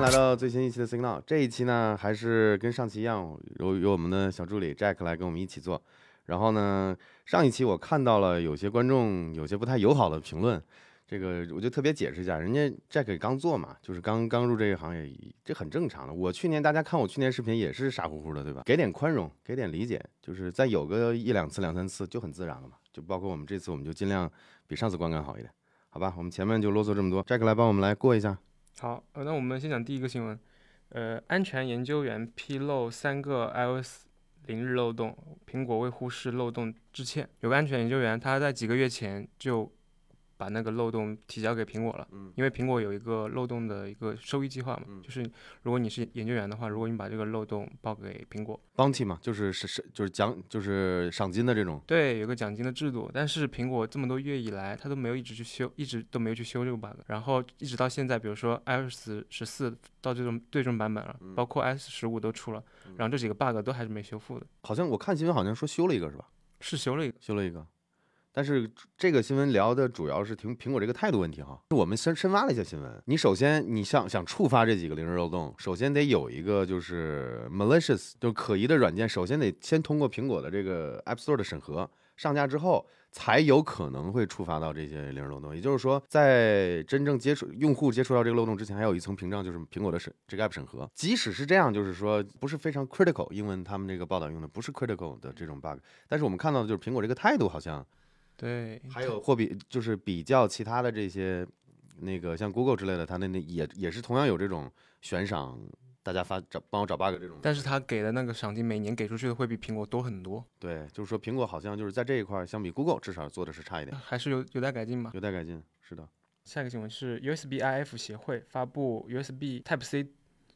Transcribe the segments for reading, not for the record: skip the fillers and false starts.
来到最新一期的 Signal。这一期呢，还是跟上期一样，由我们的小助理 Jack 来跟我们一起做。然后呢，上一期我看到了有些观众有些不太友好的评论，这个我就特别解释一下，人家 Jack 刚做嘛，就是刚入这个行业，这很正常的。大家看我去年视频也是傻乎乎的，对吧？给点宽容，给点理解，就是再有个一两次、两三次就很自然了嘛。就包括我们这次，我们就尽量比上次观感好一点，好吧？我们前面就啰嗦这么多 ，Jack 来帮我们来过一下。 好，那我们先讲第一个新闻，安全研究员披露3个 iOS 0日漏洞，苹果未忽视漏洞致歉。有个安全研究员，他在几个月前就把那个漏洞提交给苹果了，因为苹果有一个漏洞的一个收益计划嘛，就是如果你是研究员的话，如果你把这个漏洞报给苹果 ，bounty 嘛，就是赏金的这种， 对，有个奖金的制度。但是苹果这么多月以来，它都没有一直都没有去修这个 bug， 然后一直到现在，比如说 iOS 14到这种最终版本了，包括 iOS 15都出了，然后这几个 bug 都还是没修复的。 好像我看新闻好像说修了一个是吧？ 是修了一个。 但是这个新闻聊的主要是苹果这个态度问题哈。我们深挖了一下新闻，你首先你想触发这几个0日漏洞，首先得有一个就是 malicious 就可疑的软件，首先得先通过苹果的这个 App Store 的审核，上架之后才有可能会触发到这些0日漏洞。也就是说，在真正用户接触到这个漏洞之前，还有一层屏障，就是苹果的这个 App 审核。即使是这样，就是说不是非常 critical， 英文他们这个报道用的不是 critical 的这种 bug， 但是我们看到的就是苹果这个态度好像。 对， 还有就是比较其他的这些那个像 Google 之类的，它那也是同样有这种悬赏，大家帮我找 bug 这种。 但是他给的那个赏金每年给出去的会比苹果多很多。 对，就是说苹果好像就是在这一块相比 Google 至少做的是差一点， 还是有待改进吧。 有待改进，是的。 下一个新闻是 USB-IF 协会发布 USB Type-C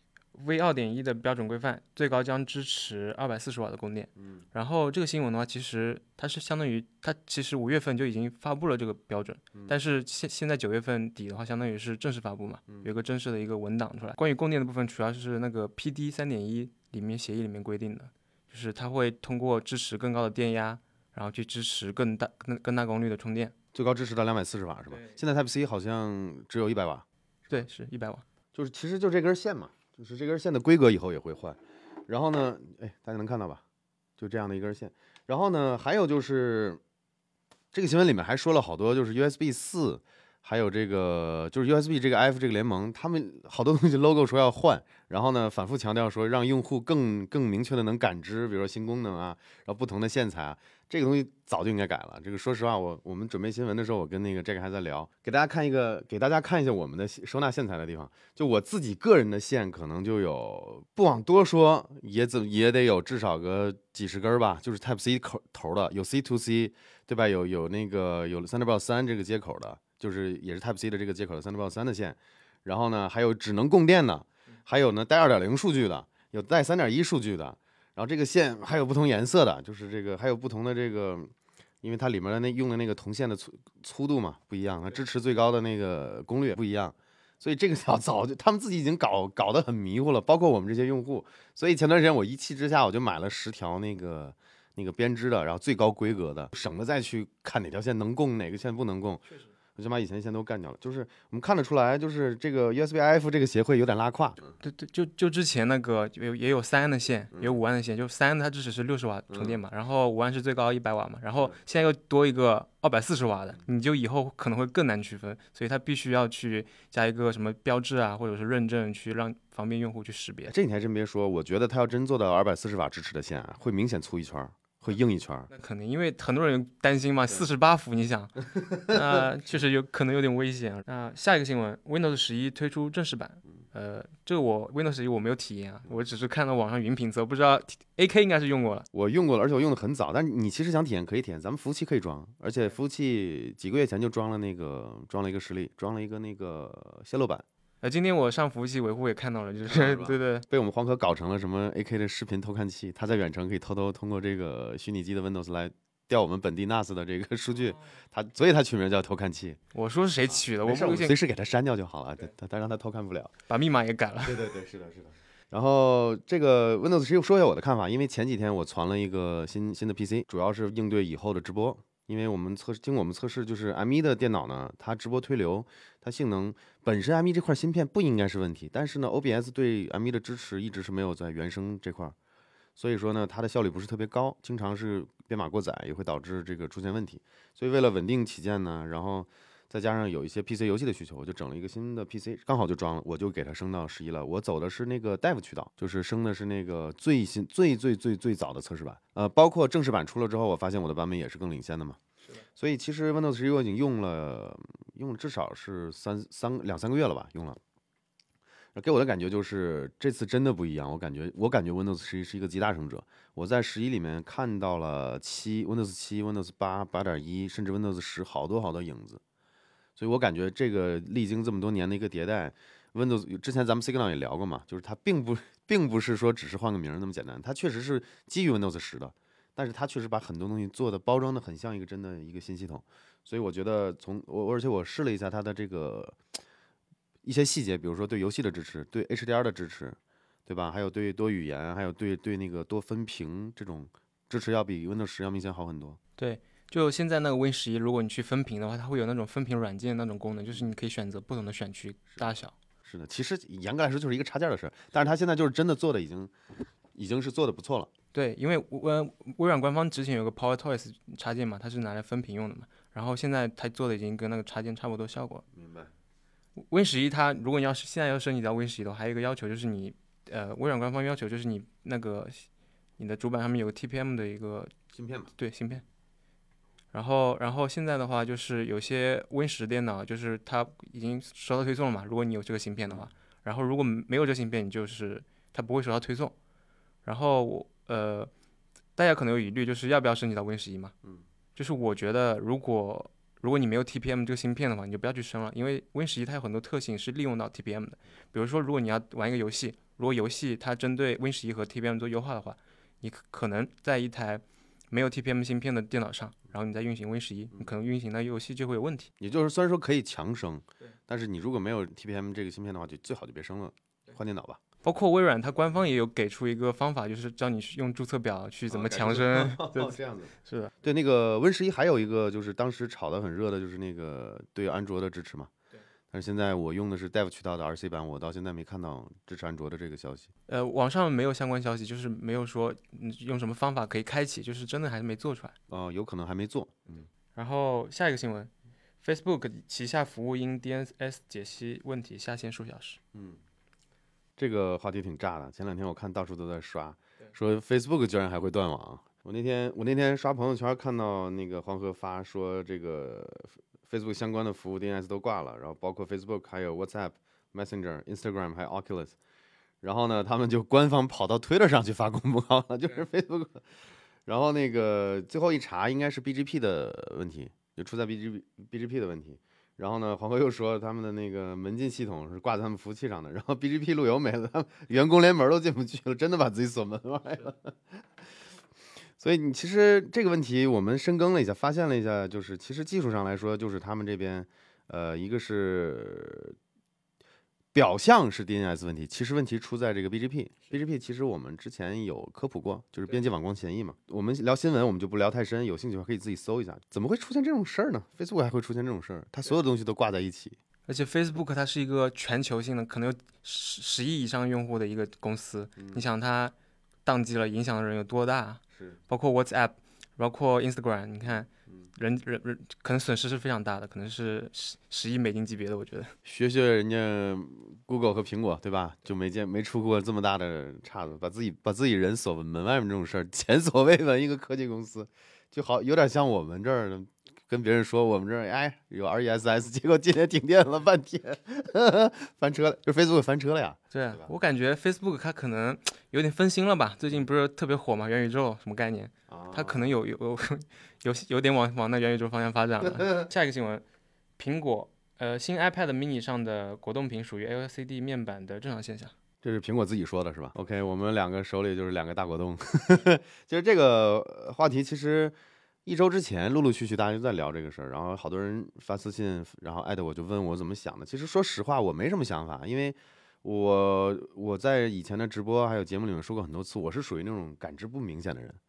V2.1 的标准规范，最高将支持240瓦的供电。然后这个新闻的话，其实它是相当于它其实5月份就已经发布了这个标准，但是现在9月份底的话，相当于是正式发布嘛，有一个正式的一个文档出来。关于供电的部分，主要是那个 PD 3.1里面协议里面规定的，就是它会通过支持更高的电压，然后去支持更大功率的充电， 最高支持到240瓦是吧？现在 Type-C 好像只有100瓦， 对，是100瓦， 就是其实就这根线嘛。就是这根线的规格以后也会换，然后呢，大家能看到吧？就这样的一根线。然后呢，还有就是这个新闻里面还说了好多，就是 USB 4，还有这个就是 USB 这个 IF 这个联盟，他们好多东西 logo 说要换，然后呢，反复强调说让用户更明确的能感知，比如说新功能啊，然后不同的线材啊。这个东西早就应该改了。这个说实话，我们准备新闻的时候，我跟那个 Jack 还在聊，给大家看一下我们的收纳线材的地方。就我自己个人的线，可能就有不往多说，也得有至少个几十根吧。就是 Type C 头的，有 C to C， 对吧？有 Thunderbolt 3这个接口的，就是也是 Type C 的这个接口的 Thunderbolt 3的线。然后呢，还有只能供电的，还有呢带 2.0 数据的，有带 3.1 数据的。然后这个线还有不同颜色的，就是这个还有不同的这个，因为它里面的用的那个铜线的粗度嘛不一样，它支持最高的那个功率不一样，所以这个早就他们自己已经搞得很迷糊了，包括我们这些用户。所以前段时间我一气之下我就买了10条那个编织的，然后最高规格的，省得再去看哪条线能供哪个线不能供。确实。我就把以前线都干掉了，就是我们看得出来，就是这个 USB-IF 这个协会有点拉胯。 对，就之前那个也有3安的线，也有5安的线，就3安它支持是60瓦充电嘛，然后5安是最高100瓦嘛，然后现在又多一个240瓦的，你就以后可能会更难区分，所以它必须要去加一个什么标志啊，或者是认证，去让方便用户去识别。 这你还真别说，我觉得它要真做到240瓦支持的线，会明显粗一圈。会硬一圈， 那肯定，因为很多人担心嘛，48伏，你想，那确实可能有点危险。那下一个新闻 ，Windows 11推出正式版，这个Windows 11我没有体验啊，我只是看到网上云评测，不知道 AK 应该是用过了。 我用过了，而且我用的很早。但是你其实想体验可以体验，咱们服务器可以装，而且服务器几个月前就装了一个实例，装了一个那个泄露版。 今天我上服务器维护也看到了，就是对， 被我们黄科搞成了什么 AK 的视频偷看器，他在远程可以偷偷通过这个虚拟机的 Windows 来调我们本地 NAS 的这个数据，所以他取名叫偷看器。 我说是谁取的？我随时给他删掉就好了，他让他偷看不了， 把密码也改了。 对，是的。然后这个 Windows 11说一下我的看法，因为前几天我传了一个新的 PC，主要是应对以后的直播。 因为经过我们测试，就是 M1 的电脑呢，它直播推流，它性能本身 M1 这块芯片不应该是问题，但是呢，OBS 对 M1 的支持一直是没有在原生这块，所以说呢，它的效率不是特别高，经常是编码过载，也会导致这个出现问题。所以为了稳定起见呢，然后再加上有一些 PC 游戏的需求，我就整了一个新的 PC，刚好就装了，我就给它升到11了。我走的是那个 Dev 渠道，就是升的是那个最新、最早的测试版。包括正式版出了之后，我发现我的版本也是更领先的嘛。所以其实 Windows 11我已经用了至少是两三个月了吧，用了。给我的感觉就是这次真的不一样，我感觉 Windows 11是一个集大成者。我在11里面看到了Windows 7、Windows 8、8.1，甚至 Windows 10好多影子。所以我感觉这个历经这么多年的一个迭代，Windows 之前咱们 Signal 也聊过嘛，就是它并不是说只是换个名那么简单，它确实是基于 Windows 10的，但是它确实把很多东西做的包装的很像一个真的一个新系统。所以我觉得而且我试了一下它的这个一些细节，比如说对游戏的支持，对 HDR 的支持，对吧？还有对多语言，还有对那个多分屏这种支持，要比 Windows 10要明显好很多。 对，就现在那个 Win11，如果你去分屏的话，它会有那种分屏软件那种功能，就是你可以选择不同的选区大小。 是的，其实严格来说就是一个插件的事儿，但是它现在就是真的做的已经是做的不错了。 对，因为微软官方之前有个 PowerToys 插件嘛，它是拿来分屏用的嘛，然后现在它做的已经跟那个插件差不多效果。 明白。 Win11它如果你现在要升级到 Win11的话，还有一个要求就是微软官方要求就是你的主板上面有个 TPM 的一个芯片嘛。 对，芯片。然后现在的话就是有些 Win10电脑就是它已经收到推送了嘛，如果你有这个芯片的话，然后如果没有这芯片，你就是它不会收到推送。然后大家可能有疑虑，就是要不要升级到 Win11嘛？就是我觉得如果你没有 TPM 这个芯片的话，你就不要去升了，因为 Win11它有很多特性是利用到 TPM 的。比如说，如果你要玩一个游戏，如果游戏它针对 Win11和 TPM 做优化的话，你可能在一台没有 TPM 芯片的电脑上，然后你再运行 Win11，你可能运行的游戏就会有问题。 也就是虽然说可以强升，但是你如果没有 TPM 这个芯片的话，就最好就别升了，换电脑吧。 包括微软，它官方也有给出一个方法，就是教你用注册表去怎么强升。 这样子。 是的。 对，那个 Win11还有一个就是当时炒得很热的，就是那个对安卓的支持嘛。但是现在我用的是 Dev 渠道的 RC 版，我到现在没看到支持安卓的这个消息。 网上没有相关消息，就是没有说用什么方法可以开启，就是真的还是没做出来。 有可能还没做。 然后下一个新闻 ，Facebook 旗下服务因 DNS 解析问题下线数小时。 这个话题挺炸的，前两天我看到处都在刷，说 Facebook 居然还会断网。我那天刷朋友圈看到那个黄河发说这个 Facebook 相关的服务 DNS 都挂了，然后包括 Facebook 还有 WhatsApp、Messenger、Instagram 还有 Oculus， 然后呢他们就官方跑到 Twitter 上去发公告了，就是 Facebook， 然后那个最后一查应该是 BGP 的问题，就出在 BGP 的问题。然后呢，黄河又说他们的那个门禁系统是挂在他们服务器上的，然后 BGP 路由没了，他们员工连门都进不去了，真的把自己锁门外了。所以你其实这个问题我们深耕了一下，发现了一下，就是其实技术上来说，就是他们这边，一个是表象是 DNS 问题，其实问题出在这个 BGP。BGP 其实我们之前有科普过，就是边界网关协议嘛。我们聊新闻，我们就不聊太深，有兴趣的话可以自己搜一下。怎么会出现这种事儿呢 ？Facebook 还会出现这种事儿？它所有东西都挂在一起。 而且 Facebook 它是一个全球性的，可能有10亿以上用户的一个公司。你想它宕机了，影响的人有多大？包括 WhatsApp， 包括 Instagram， 你看。人可能损失是非常大的，可能是10亿美金级别的，我觉得。 学人家 Google 和苹果，对吧？就没出过这么大的岔子，把自己人锁门外面这种事儿，前所未闻。一个科技公司，就好有点像我们这儿跟别人说我们这儿有 RESS， 结果今天停电了半天，翻车了，就 Facebook 翻车了呀。 对，我感觉 Facebook 它可能有点分心了吧？最近不是特别火嘛，元宇宙什么概念？它可能有点往那元宇宙方向发展了。下一个新闻，苹果新 iPad mini 上的果冻屏属于 LCD 面板的正常现象。 这是苹果自己说的是吧 ？OK， 我们两个手里就是2个大果冻。其实这个话题其实1周之前陆陆续续大家就在聊这个事儿，然后好多人发私信，然后艾特我就问我怎么想的。其实说实话我没什么想法，因为我在以前的直播还有节目里面说过很多次，我是属于那种感知不明显的人。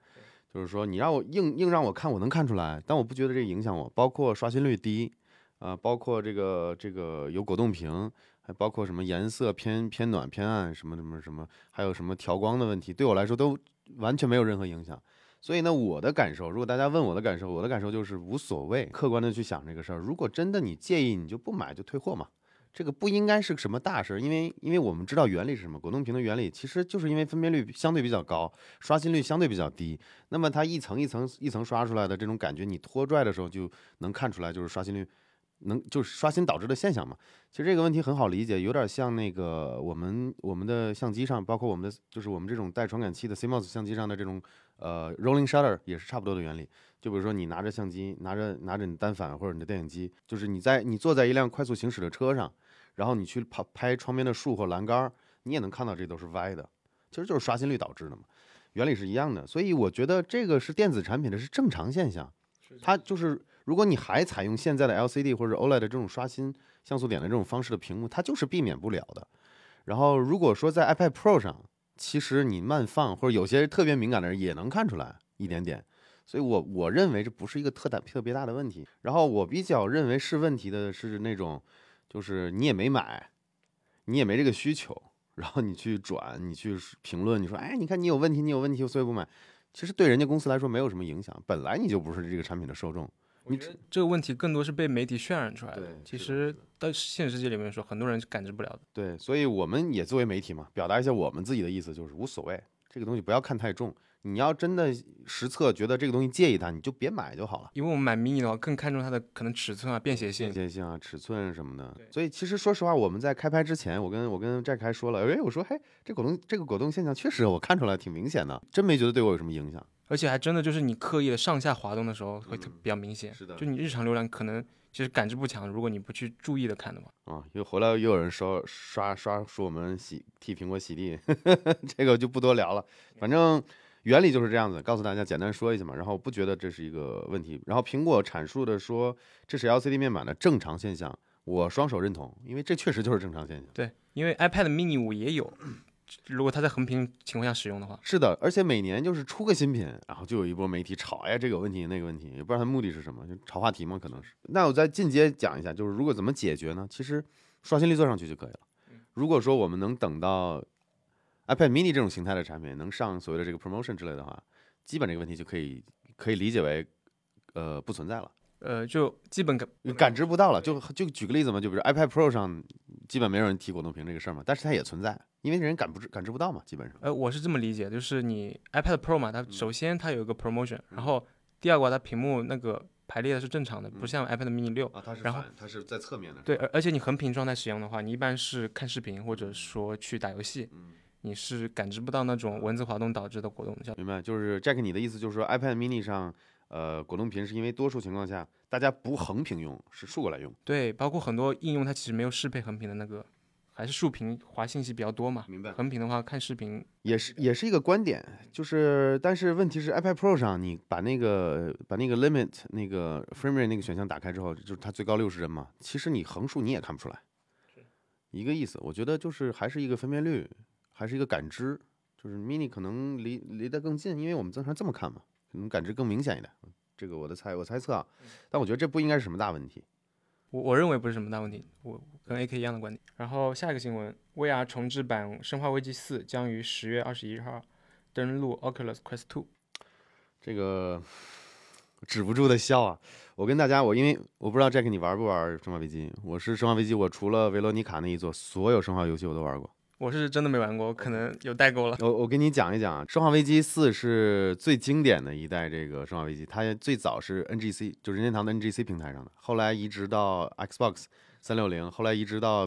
就是说你让我硬让我看，我能看出来，但我不觉得这个影响我。包括刷新率低，包括这个有果冻屏，还包括什么颜色偏暖偏暗什么，还有什么调光的问题，对我来说都完全没有任何影响。所以呢，我的感受，如果大家问我的感受，我的感受就是无所谓，客观的去想这个事儿。如果真的你介意，你就不买就退货嘛。这个不应该是什么大事，因为我们知道原理是什么，果冻屏的原理其实就是因为分辨率相对比较高，刷新率相对比较低，那么它一层一层一层刷出来的这种感觉，你拖拽的时候就能看出来，就是刷新率就是刷新导致的现象嘛。其实这个问题很好理解，有点像那个我们的相机上，包括我们的就是我们这种带传感器的 CMOS 相机上的这种rolling shutter 也是差不多的原理。就比如说你拿着相机，拿着你单反或者你的电影机，就是你坐在一辆快速行驶的车上，然后你去拍窗边的树或栏杆，你也能看到这都是歪的，其实就是刷新率导致的嘛，原理是一样的。所以我觉得这个是电子产品的是正常现象，它就是如果你还采用现在的 LCD 或者 OLED 的这种刷新像素点的这种方式的屏幕，它就是避免不了的。然后如果说在 iPad Pro 上，其实你慢放或者有些特别敏感的人也能看出来一点点。所以我认为这不是一个特别大的问题。然后我比较认为是问题的是那种，就是你也没买，你也没这个需求，然后你去转，你去评论，你说，哎，你看你有问题，你有问题，所以不买。其实对人家公司来说没有什么影响，本来你就不是这个产品的受众。 我觉得这个问题更多是被媒体渲染出来的。其实到现实世界里面说，很多人是感知不了的。 对，所以我们也作为媒体嘛，表达一下我们自己的意思，就是无所谓，这个东西不要看太重。你要真的实测觉得这个东西介意它，你就别买就好了。 因为我们买 mini 的话，更看重它的可能尺寸啊、便携性、 啊、尺寸什么的。所以其实说实话，我们在开拍之前，我跟 Jack 还说了，哎，我说，嘿，这个果冻现象确实我看出来挺明显的，真没觉得对我有什么影响。 而且还真的就是你刻意的上下滑动的时候会比较明显。 是的， 就你日常浏览可能其实感知不强，如果你不去注意的看的话。 又回来又有人说我们替苹果洗地，这个就不多聊了。反正原理就是这样子，告诉大家简单说一下嘛。然后不觉得这是一个问题。然后苹果阐述的说这是 LCD 面板的正常现象，我双手认同，因为这确实就是正常现象。 对，因为 iPad mini 5也有。如果它在横屏情况下使用的话， 是的，而且每年就是出个新品，然后就有一波媒体吵，哎，这个有问题那个问题，也不知道它目的是什么，就炒话题嘛，可能是。那我再进阶讲一下，就是如果怎么解决呢？其实刷新率做上去就可以了。如果说我们能等到 iPad mini 这种形态的产品能上所谓的这个 promotion 之类的话，基本这个问题就可以理解为不存在了。 就基本感知不到了。就举个例子嘛，就比如 iPad Pro 上基本没有人提果冻屏这个事儿嘛，但是它也存在，因为人感知不到嘛，基本上。 我是这么理解，就是你 iPad Pro 嘛，它首先它有一个 promotion，然后第二个它屏幕那个排列的是正常的，不像 iPad mini 6，然后它是在侧面的。 对，而且你横屏状态使用的话，你一般是看视频或者说去打游戏，你是感知不到那种文字滑动导致的果冻效果。 明白，就是 Jack 你的意思就是说 iPad mini 上。果冻屏是因为多数情况下大家不横屏用，是竖过来用。 对，包括很多应用它其实没有适配横屏的那个，还是竖屏滑信息比较多嘛。 明白。 横屏的话看视频也是一个观点，就是但是问题是 iPad Pro 上你把那个 limit 那个 frame rate 那个选项打开之后，就是它最高60帧嘛，其实你横竖你也看不出来，一个意思。我觉得就是还是一个分辨率，还是一个感知，就是 mini 可能离得更近，因为我们经常这么看嘛。可能感知更明显一点，这个我猜测啊，但我觉得这不应该是什么大问题。 我认为不是什么大问题，我跟 AK 一样的观点。然后下一个新闻 ，VR 重置版《生化危机4》将于10月21号登陆 Oculus Quest 2。 这个止不住的笑啊！我跟大家，因为我不知道 Jack 你玩不玩《生化危机》，我是《生化危机》，我除了维罗妮卡那一座，所有生化游戏我都玩过。 我是真的没玩过，可能有代沟了。 我跟你讲一讲啊，《生化危机4》是最经典的一代这个生化危机，它最早是 NGC， 就任天堂的 NGC 平台上的，后来移植到 Xbox 360，后来移植到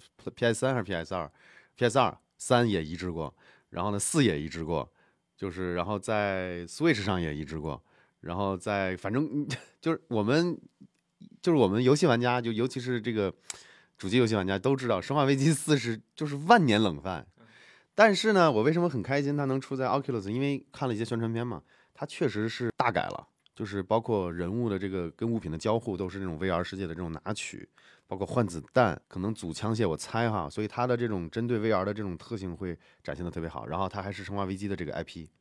PS3还是 PS2，PS2 3也移植过，然后呢4也移植过，就是然后在 Switch 上也移植过，然后反正就是我们游戏玩家，就尤其是这个。主机游戏玩家都知道，《生化危机4》就是万年冷饭。但是呢，我为什么很开心它能出在 Oculus？ 因为看了一些宣传片嘛，它确实是大改了，就是包括人物的这个跟物品的交互都是那种 VR 世界的这种拿取，包括换子弹，可能组枪械，我猜哈，所以它的这种针对 VR 的这种特性会展现的特别好。然后它还是《生化危机》的这个 IP，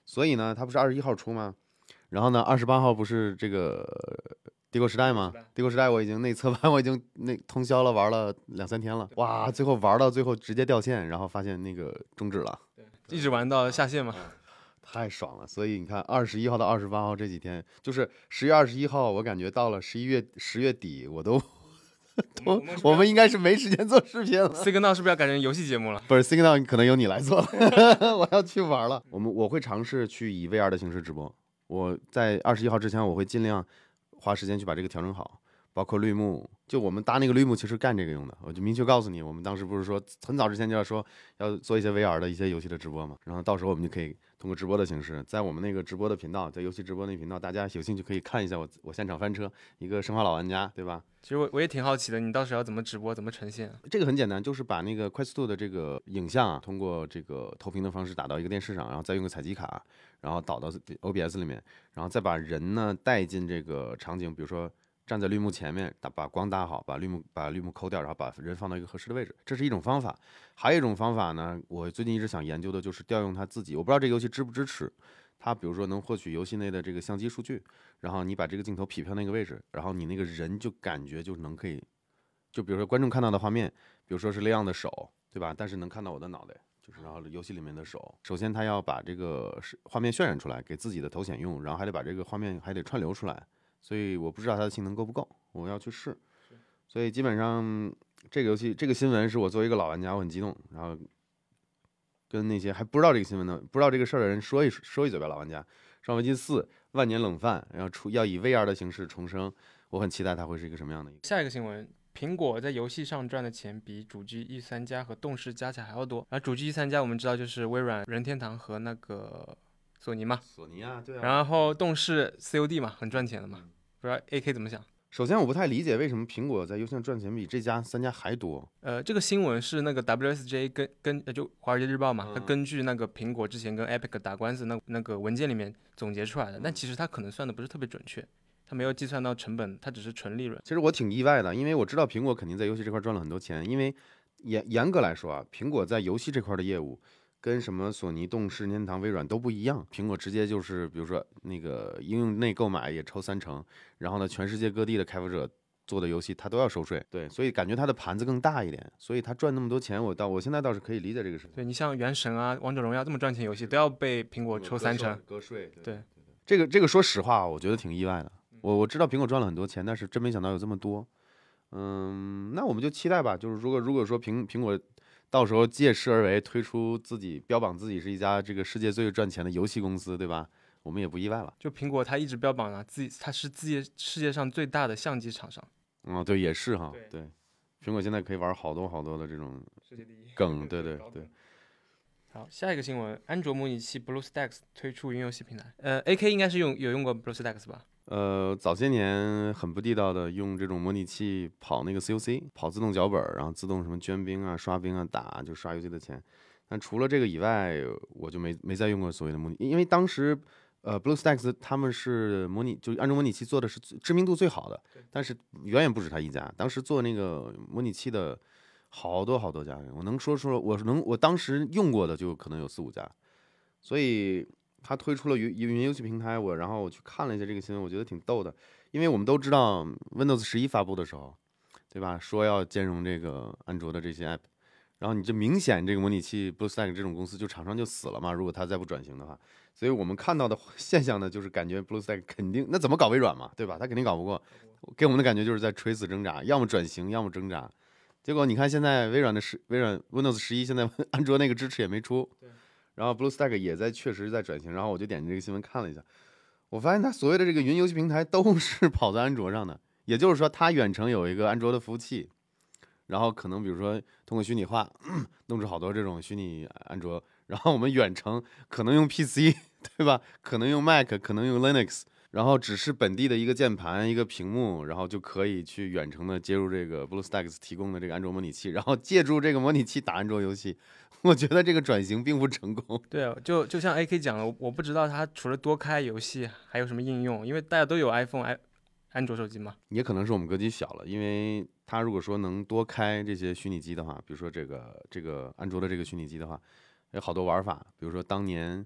所以呢，它不是21号出吗？然后呢，28号不是这个帝国时代吗？帝国时代我已经内测完，我已经通宵了，玩了2、3天了。哇，最后玩到最后直接掉线，然后发现那个终止了， 一直玩到下线嘛。 太爽了。所以你看，21号到28号这几天，就是10月21号，我感觉到了10月底，我们应该是没时间做视频了。 Signal 是不是要改成游戏节目了？ 不是 Signal 可能由你来做了，我要去玩了。我会尝试去以 VR 的形式直播。我在21号之前，我会尽量花时间去把这个调整好，包括绿幕。就我们搭那个绿幕，其实干这个用的。我就明确告诉你，我们当时不是说很早之前就要说要做一些 VR 的一些游戏的直播嘛，然后到时候我们就可以通过直播的形式，在我们那个直播的频道，在游戏直播那频道，大家有兴趣可以看一下我现场翻车，一个生化老玩家，对吧？ 其实我也挺好奇的，你到时候要怎么直播，怎么呈现？ 这个很简单，就是把那个 Quest 2的这个影像啊，通过这个投屏的方式打到一个电视上，然后再用个采集卡，然后导到 OBS 里面，然后再把人呢带进这个场景，比如说站在绿幕前面，把光搭好，把绿幕抠掉，然后把人放到一个合适的位置，这是一种方法。还有一种方法呢，我最近一直想研究的就是调用它自己，我不知道这个游戏支不支持。它比如说能获取游戏内的这个相机数据，然后你把这个镜头匹配那个位置，然后你那个人就感觉就能可以。就比如说观众看到的画面，比如说是亮的手，对吧？但是能看到我的脑袋，就是然后游戏里面的手。首先他要把这个画面渲染出来，给自己的头显用，然后还得把这个画面还得串流出来。所以我不知道它的性能够不够，我要去试。所以基本上这个游戏这个新闻是我作为一个老玩家，我很激动，然后跟那些还不知道这个新闻的、不知道这个事儿的人说一嘴吧。老玩家，《生化危机4》万年冷饭，然后要以 VR 的形式重生，我很期待它会是一个什么样的。 下一个新闻。苹果在游戏上赚的钱比主机E3+和动视加起来还要多，而主机E3+我们知道就是微软、任天堂和那个索尼嘛， 索尼啊，对啊。 然后动视 COD 嘛，很赚钱的嘛，不知道 AK 怎么想？ 首先我不太理解为什么苹果在游戏上赚钱比这3家还多。 这个新闻是那个 WSJ 就华尔街日报嘛，它根据那个苹果之前跟 Epic 打官司那个文件里面总结出来的，但其实它可能算的不是特别准确。他没有计算到成本，他只是纯利润。 其实我挺意外的，因为我知道苹果肯定在游戏这块赚了很多钱。因为严格来说啊，苹果在游戏这块的业务跟什么索尼、动视、任天堂、微软都不一样。苹果直接就是比如说那个应用内购买也抽30%，然后呢，全世界各地的开发者做的游戏它都要收税。对，所以感觉它的盘子更大一点，所以它赚那么多钱，我现在倒是可以理解这个事情。 对，你像原神啊、王者荣耀这么赚钱游戏，都要被苹果抽30% 割税。 对， 这个说实话，我觉得挺意外的。我知道苹果赚了很多钱，但是真没想到有这么多。那我们就期待吧。就是如果说苹果到时候借势而为，推出自己标榜自己是一家这个世界最赚钱的游戏公司，对吧？我们也不意外了。 就苹果它一直标榜啊，它是世界上最大的相机厂商。 对，也是哈。对，苹果现在可以玩好多好多的这种世界第一梗。对。 好，下一个新闻，安卓模拟器 BlueStacks 推出云游戏平台。AK 应该是有用过 BlueStacks 吧？ 早些年很不地道的用这种模拟器跑那个 COC， 跑自动脚本，然后自动什么捐兵啊、刷兵啊、打就刷游戏的钱。但除了这个以外，我就没再用过所谓的模拟，因为当时BlueStacks 他们是就是安卓模拟器做的是知名度最好的，但是远远不止他一家。当时做那个模拟器的好多家，我能说出我当时用过的就可能有4、5家，所以。他推出了云游戏平台，然后我去看了一下这个新闻，我觉得挺逗的。因为我们都知道 Windows 11发布的时候，对吧？说要兼容这个安卓的这些 app， 然后你这明显这个模拟器 BlueStack 这种公司厂商就死了嘛，如果他再不转型的话。所以我们看到的现象呢，就是感觉 BlueStack 肯定那怎么搞微软嘛，对吧？他肯定搞不过，给我们的感觉就是在垂死挣扎，要么转型，要么挣扎。结果你看现在微软 Windows 11现在安卓那个支持也没出。然后 BlueStack 也确实在转型，然后我就点进这个新闻看了一下，我发现它所谓的这个云游戏平台都是跑在安卓上的，也就是说它远程有一个安卓的服务器，然后可能比如说通过虚拟化弄出好多这种虚拟安卓，然后我们远程可能用 PC 对吧？可能用 Mac， 可能用 Linux， 然后只是本地的一个键盘一个屏幕，然后就可以去远程的接入这个 BlueStacks 提供的这个安卓模拟器，然后借助这个模拟器打安卓游戏。我觉得这个转型并不成功。 对啊，就像 AK 讲的，我不知道它除了多开游戏还有什么应用，因为大家都有 iPhone、安卓手机嘛。也可能是我们格局小了，因为它如果说能多开这些虚拟机的话，比如说这个安卓的这个虚拟机的话，有好多玩法。比如说当年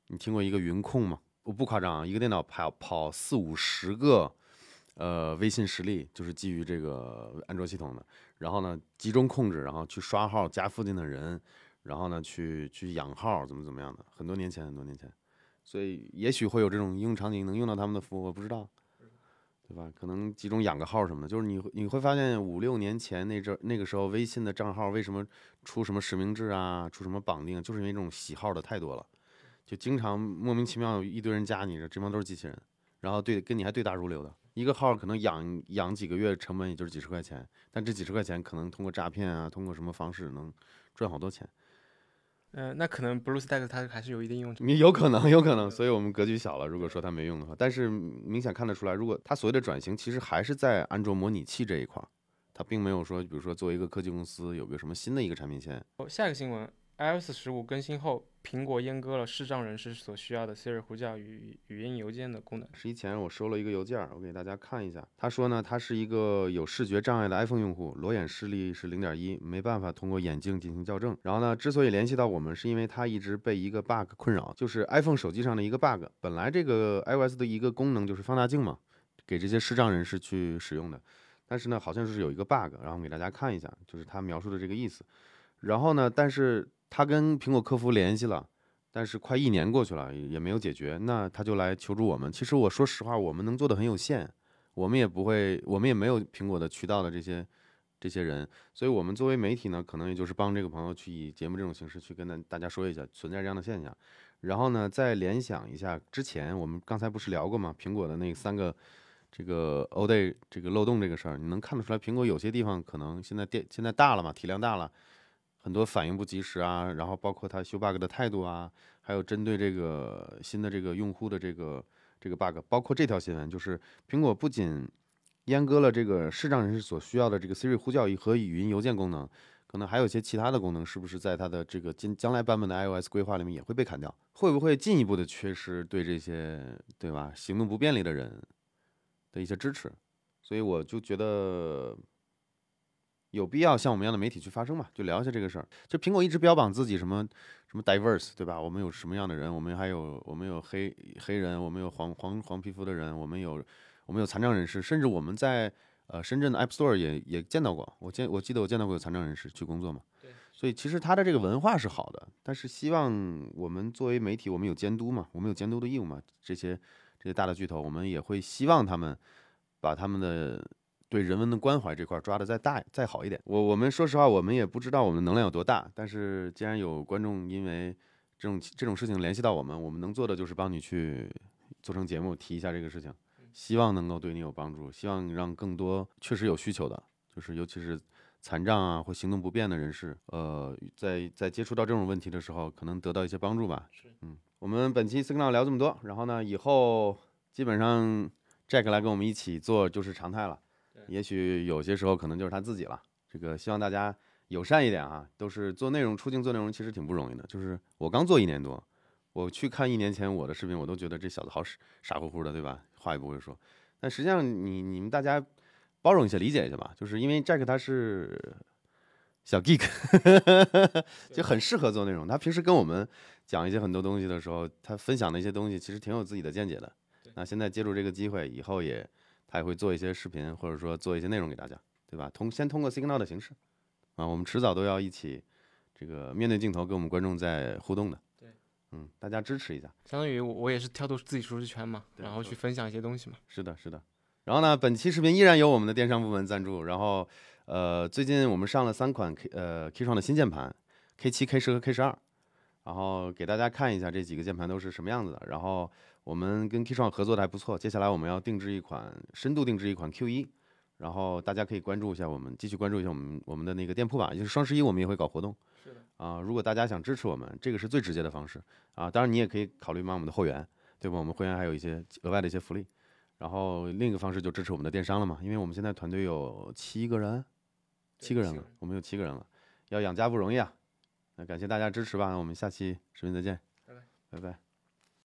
你听过一个云控吗？我不夸张啊，一个电脑跑40-50个微信实例，就是基于这个安卓系统的。然后呢，集中控制，然后去刷号加附近的人，然后呢去养号，怎么样的，很多年前。所以也许会有这种应用场景能用到他们的服务，我不知道，对吧？可能集中养个号什么的。就是你会发现5-6年前那个时候，微信的账号为什么出什么实名制啊，出什么绑定，就是因为这种洗号的太多了，就经常莫名其妙有一堆人加你，这帮都是机器人，然后跟你还对答如流的。一个号可能养几个月，成本也就是几十块钱，但这几十块钱可能通过诈骗啊，通过什么方式能赚好多钱。 那可能 BlueStack 它还是有一定用处。 有可能，所以我们格局小了。如果说它没用的话，但是明显看得出来，如果它所谓的转型，其实还是在安卓模拟器这一块，它并没有说，比如说作为一个科技公司有个什么新的一个产品线。 下一个新闻，iOS 15更新后，苹果阉割了视障人士所需要的 Siri 呼叫与语音邮件的功能。 前我收了一个邮件，我给大家看一下。他说呢，他是一个有视觉障碍的 iPhone 用户，裸眼视力是0.1，没办法通过眼镜进行校正。然后呢，之所以联系到我们，是因为他一直被一个 bug 困扰，就是 iPhone 手机上的一个 bug。本来这个 iOS 的一个功能就是放大镜嘛，给这些视障人士去使用的。但是呢，好像是有一个 bug，然后给大家看一下，就是他描述的这个意思。然后呢，但是他跟苹果客服联系了。但是快1年过去了，也没有解决，那他就来求助我们。其实我说实话，我们能做的很有限，我们也没有苹果的渠道的这些人，所以我们作为媒体呢，可能也就是帮这个朋友去以节目这种形式去跟大家说一下存在这样的现象。然后呢，再联想一下之前我们刚才不是聊过吗？苹果的那3个这个 All Day 这个漏洞这个事儿，你能看得出来，苹果有些地方可能现在大了嘛，体量大了。很多反应不及时啊，然后包括他修 bug 的态度啊，还有针对这个新的这个用户的这个 bug， 包括这条新闻，就是苹果不仅阉割了这个视障人士所需要的这个 Siri 呼叫和语音邮件功能，可能还有一些其他的功能，是不是在它的这个将来版本的 iOS 规划里面也会被砍掉？会不会进一步的缺失对这些对吧行动不便利的人的一些支持？所以我就觉得。有必要像我们一样的媒体去发声嘛？就聊一下这个事儿。就苹果一直标榜自己什么 diverse， 对吧？我们有什么样的人？我们有黑人，我们有黄皮肤的人，我们有残障人士，甚至我们在深圳的 App Store 也见到过。我记得我见到过有残障人士去工作嘛。 对。 所以其实他的这个文化是好的，但是希望我们作为媒体，我们有监督嘛，我们有监督的义务嘛。这些大的巨头，我们也会希望他们把他们的。对人文的关怀这块抓的再好一点。我们说实话，我们也不知道我们的能量有多大，但是既然有观众因为这种事情联系到我们能做的就是帮你去做成节目提一下这个事情，希望能够对你有帮助，希望让更多确实有需求的，就是尤其是残障啊或行动不便的人士，在接触到这种问题的时候，可能得到一些帮助吧。我们本期 Signal 聊这么多，然后呢，以后基本上 Jack 来跟我们一起做就是常态了。也许有些时候可能就是他自己了。这个希望大家友善一点啊，都是做内容，出镜做内容其实挺不容易的。就是我刚做1年多，我去看1年前我的视频，我都觉得这小子好傻乎乎的，对吧？话也不会说。但实际上你们大家包容一下，理解一下吧。就是因为 Jack 他是小 geek， 就很适合做内容。他平时跟我们讲一些很多东西的时候，他分享的一些东西其实挺有自己的见解的。那现在借助这个机会，以后他也会做一些视频，或者说做一些内容给大家，对吧？先通过 Signal 的形式，啊，我们迟早都要一起这个面对镜头跟我们观众在互动的。 对， 大家支持一下。 相当于我也是跳脱自己舒适圈嘛，然后去分享一些东西嘛。 是的。然后呢，本期视频依然由我们的电商部门赞助。然后最近我们上了3款K 创的新键盘 ，K7、K10和K12，然后给大家看一下这几个键盘都是什么样子的。然后我们跟 K 创合作的还不错，接下来我们要深度定制一款 Q1，然后大家可以继续关注一下我们的那个店铺吧，就是双11我们也会搞活动。 是的。 如果大家想支持我们，这个是最直接的方式啊。当然你也可以考虑买我们的会员，对吧？我们会员还有一些额外的一些福利。然后另一个方式就支持我们的电商了嘛，因为我们现在团队有7个人了，我们有7个人了，要养家不容易啊。那感谢大家支持吧，那我们下期视频再见，拜拜。